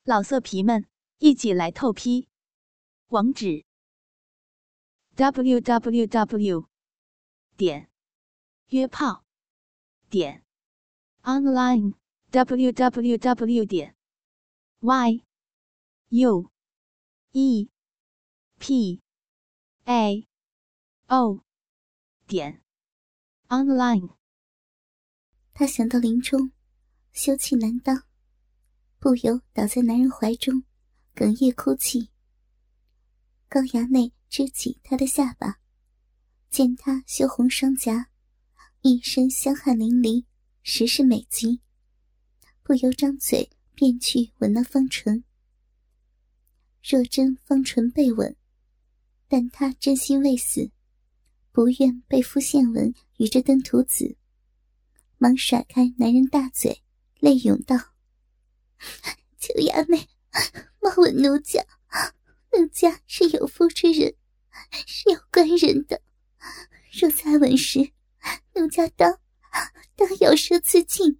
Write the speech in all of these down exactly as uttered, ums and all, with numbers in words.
老色皮们，一起来透批！网址 ：double u double u double u 点约炮点 online double u double u double u 点 y u e p a o 点 online。 他想到林冲羞气难当，不由倒在男人怀中，哽咽哭泣。高衙内支起他的下巴，见他羞红双颊，一身香汗淋漓，实是美极，不由张嘴便去吻那芳唇。若真芳唇被吻，但他真心未死，不愿被夫献吻与这登徒子，忙甩开男人大嘴，泪涌道：求衙内莫吻奴家，奴家是有妇之人，是有官人的，若再吻时，奴家当当咬舌自尽。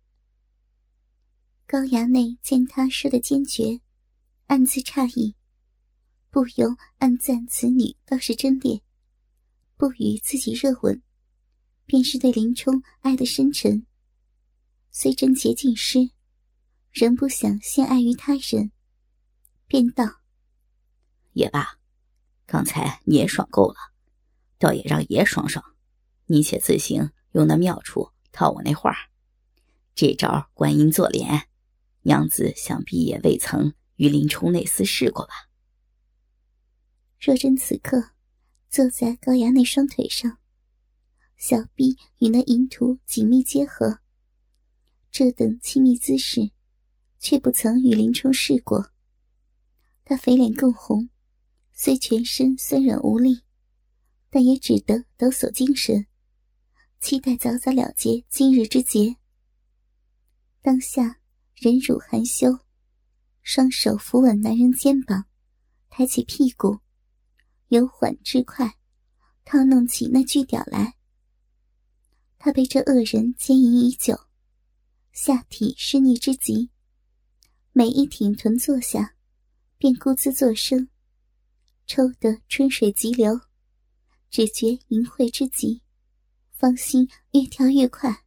高衙内见他说的坚决，暗自诧异，不由暗赞此女倒是真烈，不与自己热吻，便是对林冲爱得深沉。虽贞洁尽失，仍不想献爱于他人，便道： 也罢，刚才你也爽够了，倒也让爷爽爽，你且自行用那妙处套我那话。这招观音坐莲，娘子想必也未曾与林冲那厮试过吧。 若真此刻坐在高衙内双腿上，小臂与那淫徒紧密结合，这等亲密姿势却不曾与林冲试过。他肥脸更红，虽全身酸软无力，但也只得抖擞精神，期待早早了结今日之劫。当下忍辱含羞，双手扶稳男人肩膀，抬起屁股，由缓至快套弄起那巨屌来。他被这恶人奸淫已久，下体湿腻之极，每一挺臀坐下，便咕滋作声，抽得春水急流，只觉淫秽之极，芳心越跳越快。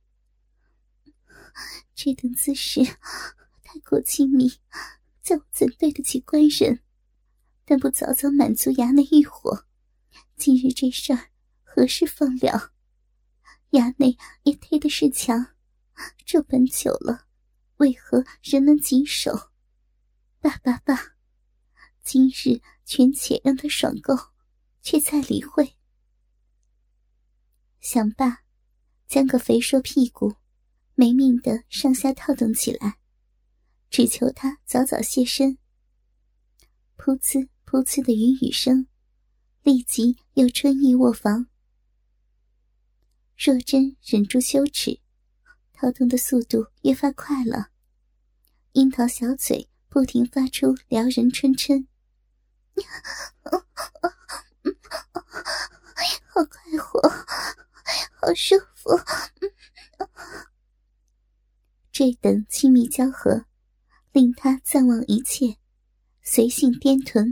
这等姿势太过亲密，叫我怎对得起官人？但不早早满足衙内欲火，今日这事儿何时放了？衙内也忒的是强，这般久了，为何仍能谨守？罢罢罢，今日全且让他爽够，却再理会。想罢，将个肥硕屁股没命地上下套动起来，只求他早早现身。噗呲噗呲的云雨声，立即又春意卧房。若真忍住羞耻，套动的速度越发快了，樱桃小嘴不停发出撩人春嗔。好快活，好舒服。这等亲密交合，令他暂忘一切，随性颠臀。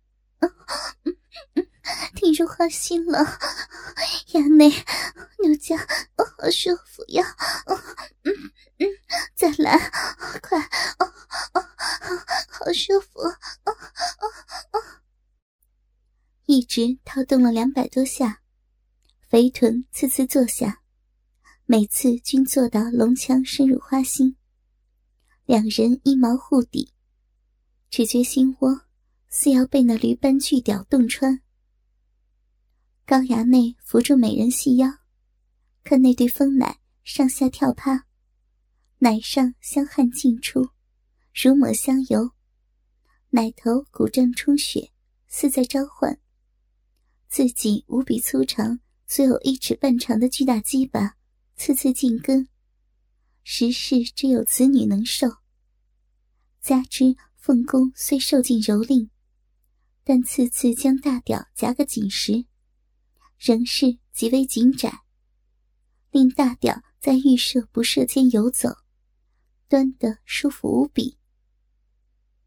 听入花心了，衙内，奴家好舒服呀！嗯嗯，再来，快，哦哦，好舒服！哦哦哦，一直套动了两百多下，肥臀次次坐下，每次均做到龙腔深入花心，两人一毛互抵，只觉心窝似要被那驴般巨屌洞穿。高衙内扶住美人细腰，看那对丰奶上下跳趴，奶上香汗尽出，如抹香油，奶头鼓胀充血，似在召唤。自己无比粗长，足有一尺半长的巨大鸡巴次次进根，实是只有此女能受。加之凤宫虽受尽蹂躏，但次次将大屌夹个紧实，仍是极为紧窄，令大屌在预射不射间游走，端得舒服无比。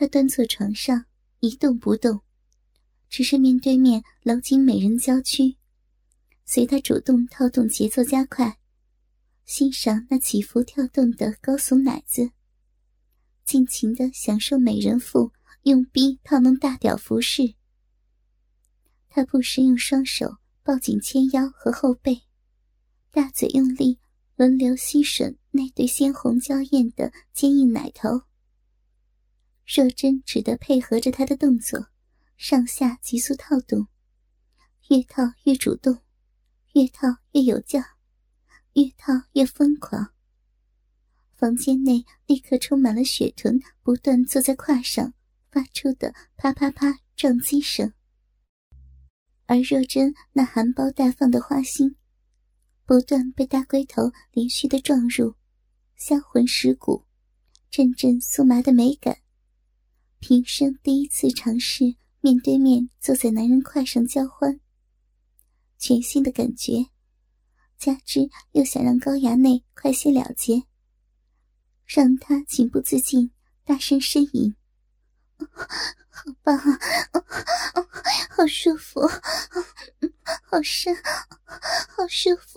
他端坐床上一动不动，只是面对面搂紧美人娇躯，随他主动套动节奏加快，欣赏那起伏跳动的高耸奶子，尽情地享受美人妇用逼套弄大屌服饰。他不时用双手抱紧纤腰和后背，大嘴用力轮流吸吮那对鲜红娇艳的坚硬奶头。若真只得配合着他的动作，上下急速套动，越套越主动，越套越有劲，越套越疯狂。房间内立刻充满了雪臀不断坐在胯上发出的啪啪啪撞击声，而若真那含苞待放的花心不断被大龟头连续的撞入，销魂蚀骨，阵阵酥麻的美感。平生第一次尝试面对面坐在男人胯上交欢，全新的感觉，加之又想让高衙内快些了结，让他情不自禁大声呻吟。好棒啊，好舒服，好深，好舒服。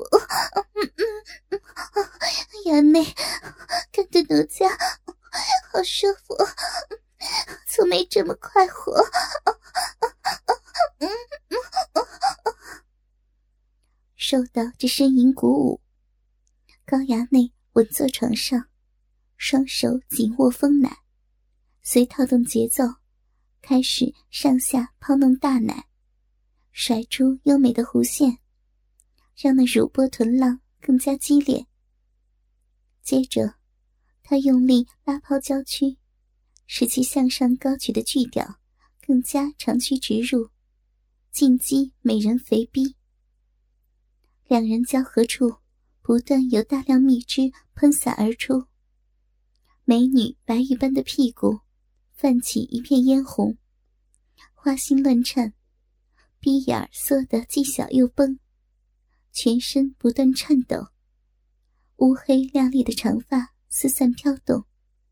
衙内，看得奴家好舒服，从没这么快活。受到这呻吟鼓舞，高衙内稳坐床上，双手紧握丰奶，随套动节奏开始上下抛弄大奶，甩出优美的弧线，让那乳波臀浪更加激烈。接着他用力拉抛娇躯，使其向上高举的巨屌更加长驱直入，进击美人肥逼。两人交合处不断有大量蜜汁喷洒而出，美女白玉般的屁股泛起一片嫣红，花心乱颤，逼眼缩得既小又崩，全身不断颤抖，乌黑亮丽的长发四散飘动。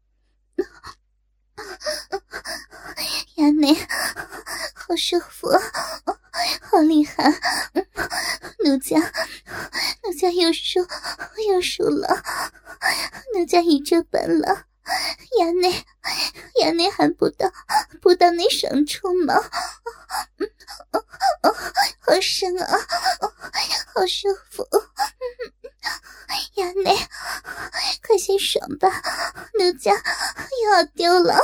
衙内，好舒服，好厉害，奴家奴家又输又输了，奴家已这本了，衙内衙内还不到不到那爽处吗？好深啊，好舒服，衙内快些爽吧，奴家又要丢了。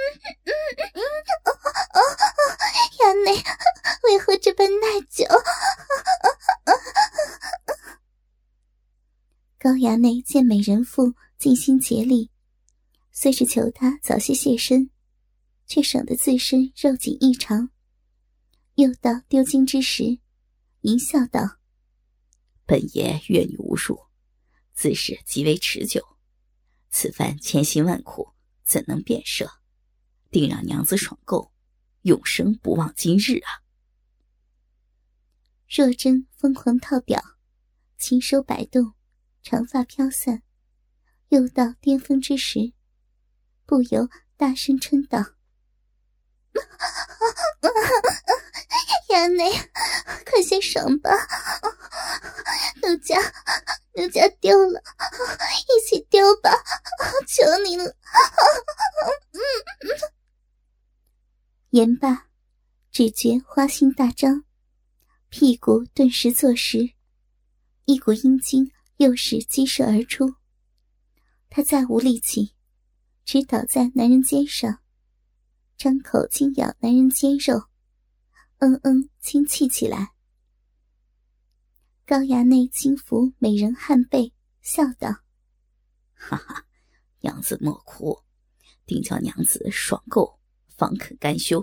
衙内为何这般耐久？高衙内见美人妇尽心竭力，虽是求他早些现身，却省得自身肉紧异常，又到丢精之时，淫笑道： 本爷阅女无数，自是极为持久，此番千辛万苦，怎能便舍？定让娘子爽够，永生不忘今日啊！ 若真疯狂套表，轻手摆动，长发飘散，又到巅峰之时，不由大声嗔道：衙内快些爽吧，奴家奴家丢了，一起丢吧，求你了。言罢，只觉花心大张，屁股顿时坐实，一股阴茎又是激射而出，他再无力气，只倒在男人肩上，张口轻咬男人肩肉，嗯嗯轻泣起来。高衙内轻抚美人汉背，笑道： 哈哈，娘子莫哭，定叫娘子爽够，方肯甘休。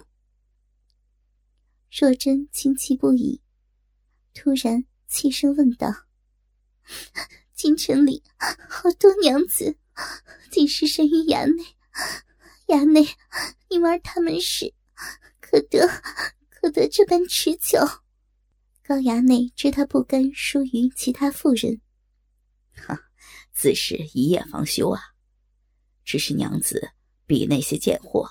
若真惊泣不已，突然气声问道：京城里好多娘子，竟是生于衙内，衙内你玩他们时，可得可得这般持久？高衙内知他不甘输于其他妇人， 哈，自是一夜方休啊。只是娘子比那些贱货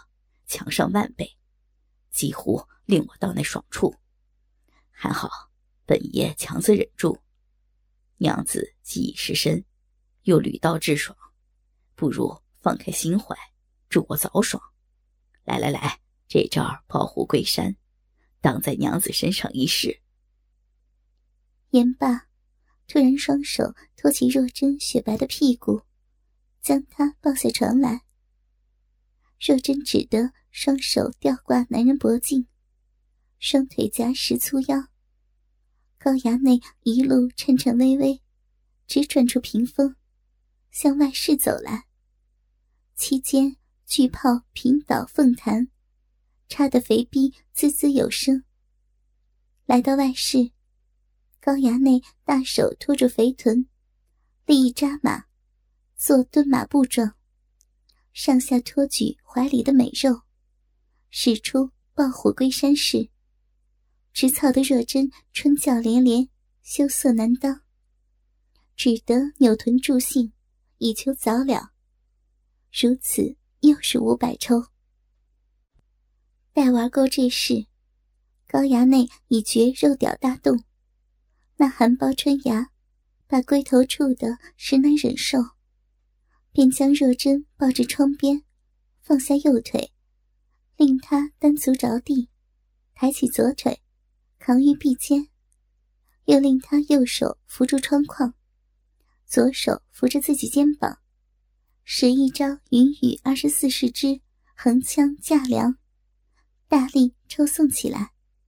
强上万倍，几乎令我到那爽处。还好本爷强自忍住，娘子技艺失深，又屡道至爽，不如放开心怀，助我早爽。来来来，这招抱虎归山，当在娘子身上一试。 言罢，突然双手托起若真雪白的屁股，将她抱下床来。若真只得双手吊挂男人脖颈，双腿夹实粗腰，高衙内一路颤颤巍巍，直转出屏风，向外室走来。期间巨炮频倒凤弹，插得肥逼滋滋有声。来到外室，高衙内大手托住肥臀，立一扎马，做蹲马步状，上下托举怀里的美肉，使出抱虎归山式，直操得若真春叫连连，羞涩难当，只得扭臀助兴，以求早了。如此又是五百抽。待玩够这事，高衙内已觉肉屌大动，那含苞春芽把龟头触得实难忍受，便将若真抱至窗边，放下右腿，令她单足着地，抬起左腿扛于臂间，又令她右手扶住窗框，左手扶着自己肩膀，使一招云雨二十四式之横枪架梁，大力抽送起来。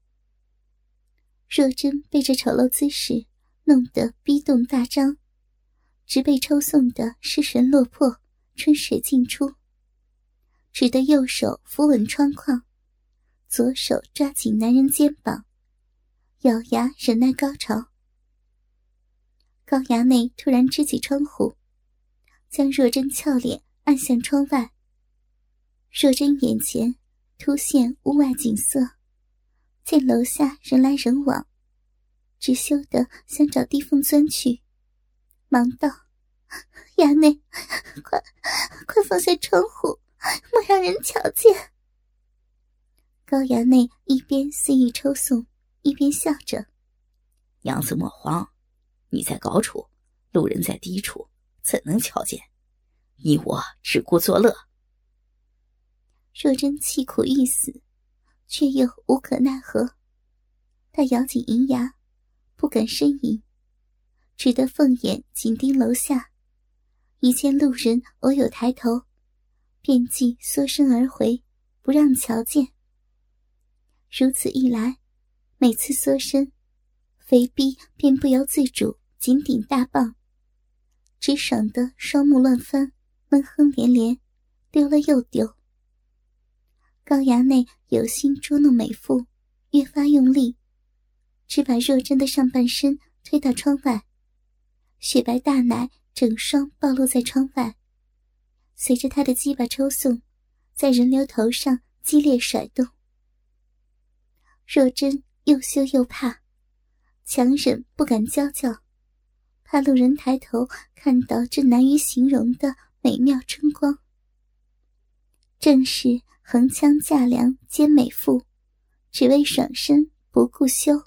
若真被这丑陋姿势弄得逼动大张，直被抽送得失神落魄，春水尽出，只得右手扶稳窗框，左手抓紧男人肩膀，咬牙忍耐高潮。高衙内突然支起窗户，将若真俏脸按向窗外。若真眼前突现屋外景色，见楼下人来人往，只羞得想找地缝钻去，忙道：衙内，快快放下窗户，莫让人瞧见。高衙内一边肆意抽送，一边笑着： 娘子莫慌，你在高处，路人在低处，怎能瞧见？依我只顾作乐。 若真气苦欲死，却又无可奈何，她咬紧银牙，不敢呻吟，只得凤眼紧盯楼下，一见路人偶有抬头，便即缩身而回，不让瞧见。如此一来，每次缩身，肥逼便不由自主紧顶大棒，直爽得双目乱翻，闷哼连连，丢了又丢。高衙内有心捉弄美妇，越发用力，只把若真的上半身推到窗外，雪白大奶整双暴露在窗外，随着他的鸡巴抽送，在人流头上激烈甩动。若真又羞又怕，强忍不敢娇叫，怕路人抬头看到这难于形容的美妙春光。正是横枪架梁兼美妇，只为爽身不顾羞。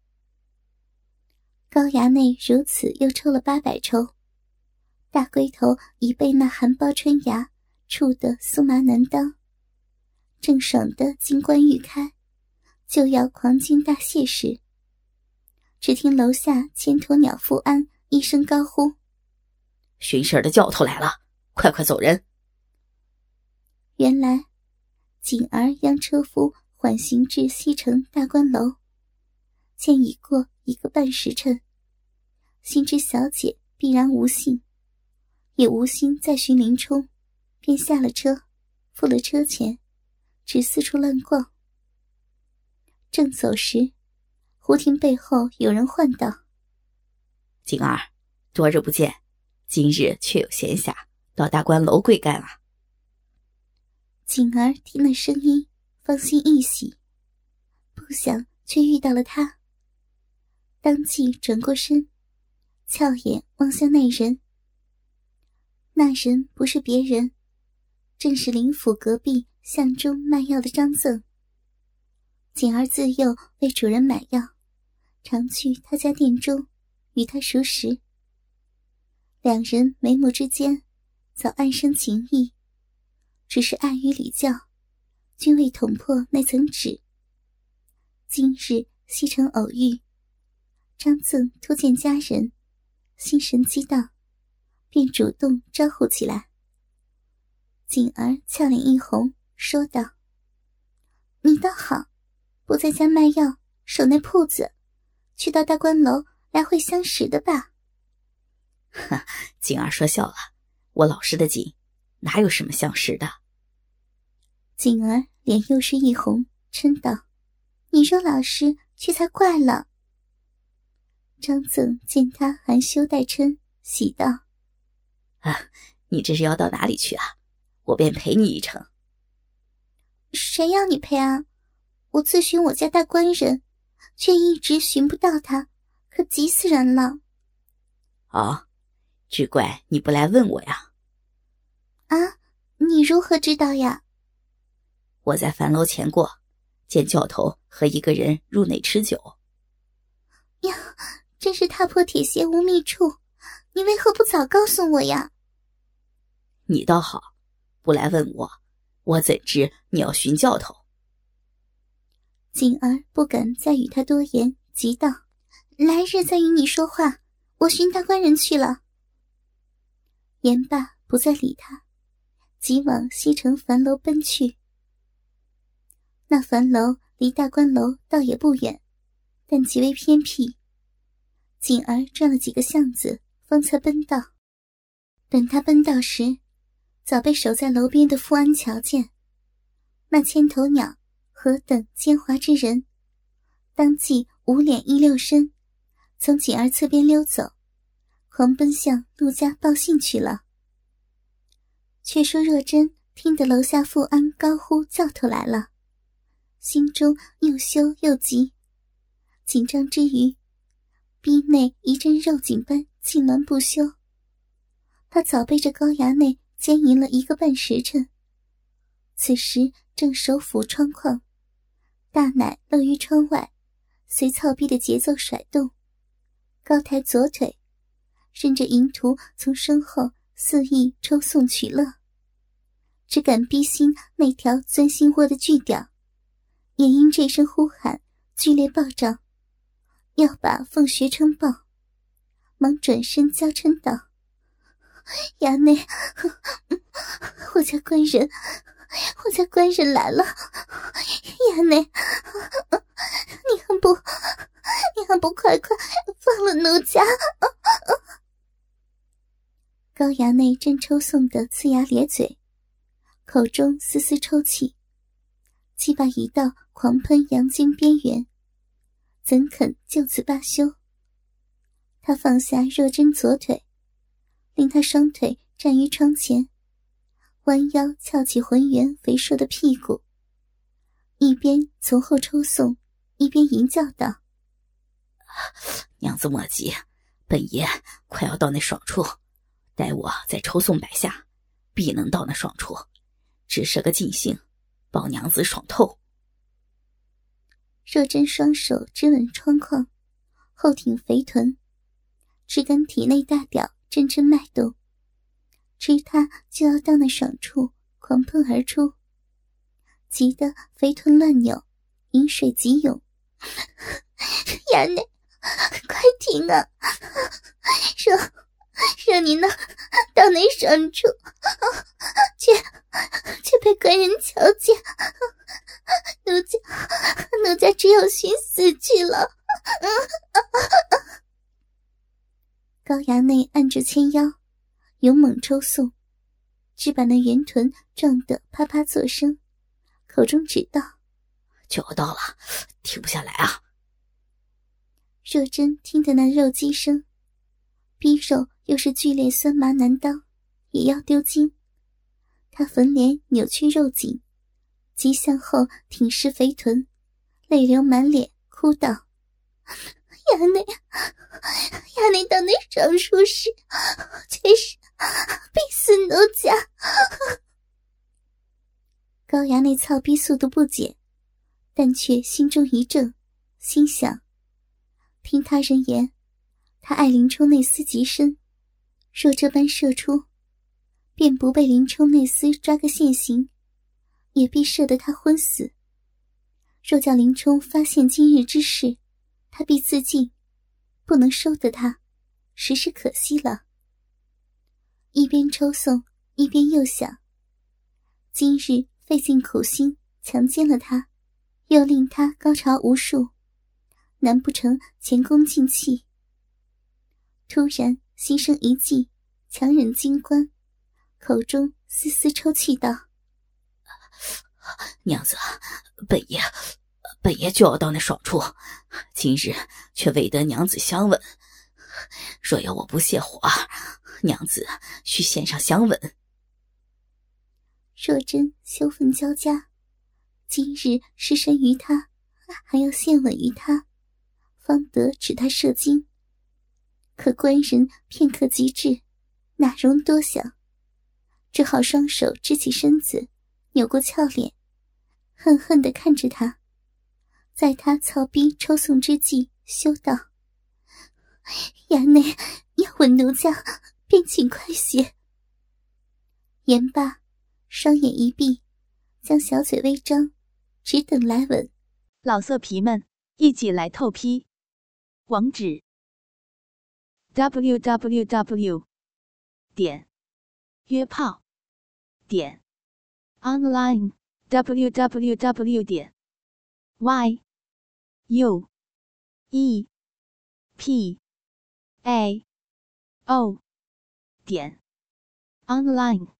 高衙内如此又抽了八百抽，大龟头已被那含苞春芽触得酥麻难当，正爽得金冠欲开，就要狂惊大泄时，只听楼下牵头鸟富安一声高呼： 巡视的教头来了，快快走人。 原来锦儿将车夫缓行至西城大观楼，见已过一个半时辰，心知小姐必然无信，也无心再寻林冲，便下了车，付了车钱，只四处乱逛。正走时，胡婷背后有人唤道： 锦儿，多日不见，今日却有闲暇，到大观楼贵干啊。 锦儿听了声音，芳心一喜，不想却遇到了他，当即转过身，俏眼望向那人。那人不是别人，正是林府隔壁相中卖药的张赠。锦儿自幼为主人买药，常去他家店中与他熟识，两人眉目之间早暗生情意，只是碍于礼教，均未捅破那层纸。今日西城偶遇，张赠突见家人，心神激荡，便主动招呼起来。锦儿俏脸一红，说道：“你倒好，不在家卖药，守那铺子，去到大观楼来回相识的吧？” 哈，锦儿说笑了，我老实的紧，哪有什么相识的？ 锦儿脸又是一红，嗔道：“你说老实，却才怪了。”张赠见他含羞带嗔，喜道：“ 啊，你这是要到哪里去啊？我便陪你一程。”“ 谁要你陪啊？我自寻我家大官人，却一直寻不到他，可急死人了。”“ 哦，只怪你不来问我呀。”“ 啊，你如何知道呀？”“ 我在樊楼前过，见教头和一个人入内吃酒。”“ 呀，真是踏破铁鞋无觅处，你为何不早告诉我呀？”“ 你倒好，不来问我，我怎知你要寻教头？” 锦儿不敢再与他多言，急道：“来日再与你说话，我寻大官人去了。”言罢不再理他，急往西城樊楼奔去。那樊楼离大观楼倒也不远，但极为偏僻。锦儿转了几个巷子，方才奔到。等他奔到时，早被守在楼边的富安瞧见。那千头鸟何等奸猾之人，当即捂脸一溜身，从锦儿侧边溜走，狂奔向陆家报信去了。却说若真听得楼下富安高呼教头来了，心中又羞又急，紧张之余，逼内一阵肉紧般痉挛不休。他早被这高衙内奸淫了一个半时辰，此时正手抚窗框，大奶露于窗外，随操逼的节奏甩动，高抬左腿，任着淫徒从身后肆意抽送取乐，只敢逼心那条钻心窝的巨屌，也因这声呼喊剧烈暴涨，要把凤穴撑爆，忙转身娇嗔道：“衙内，我家官人，我家官人来了，衙内，你还不，你还不快快放了奴家！”高衙内正抽送得呲牙咧嘴，口中丝丝抽泣，鸡巴已到狂喷阳间边缘，怎肯就此罢休？他放下若真左腿，令他双腿站于窗前，弯腰翘起浑圆肥硕的屁股，一边从后抽送，一边吟叫道：“ 娘子莫急，本爷快要到那爽处，待我再抽送百下，必能到那爽处，只是个尽兴，保娘子爽透。” 若真双手支稳窗框，后挺肥臀，只感体内大屌阵阵脉动，知他就要到那爽处，狂喷而出，急得肥臀乱扭，饮水急涌。“衙内，快停啊！若若你能到那爽处，却却被官人瞧见，奴家奴家只有寻死去了。”高衙内按着纤腰，勇猛抽送，只把那圆臀撞得啪啪作声，口中只道：“ 就要到了，停不下来啊！” 若真听得那肉鸡声，逼肉又是剧烈酸麻难当，也要丢筋。他粉脸扭曲肉紧，即向后挺尸肥臀，泪流满脸，哭道：“衙内，衙内到那爽处时，却是必死奴家。” 高衙内操逼速度不减，但却心中一怔，心想：听他人言，他爱林冲内丝极深，若这般射出，便不被林冲内丝抓个现行，也必射得他昏死。若叫林冲发现今日之事，他必自尽，不能收得他，实是可惜了。一边抽诵，一边又想：今日费尽苦心强奸了他，又令他高潮无数，难不成前功尽弃？突然心生一计，强忍金冠，口中丝丝抽泣道： 娘子，本爷本爷就要到那爽处，今日却未得娘子相吻，若要我不泄火，娘子须献上香吻。 若真羞愤交加，今日失身于他，还要献吻于他，方得指他射精。可官人片刻即至，哪容多想，只好双手支起身子，扭过俏脸，恨恨地看着他，在他操逼抽送之际羞道：衙内要吻奴家，便请快些。言罢，双眼一闭，将小嘴微张，只等来吻。 老色皮们，一起来透批！网址 ：double-u double-u double-u 点约炮点 online double-u double-u double-u 点 y u e p a o 点 online。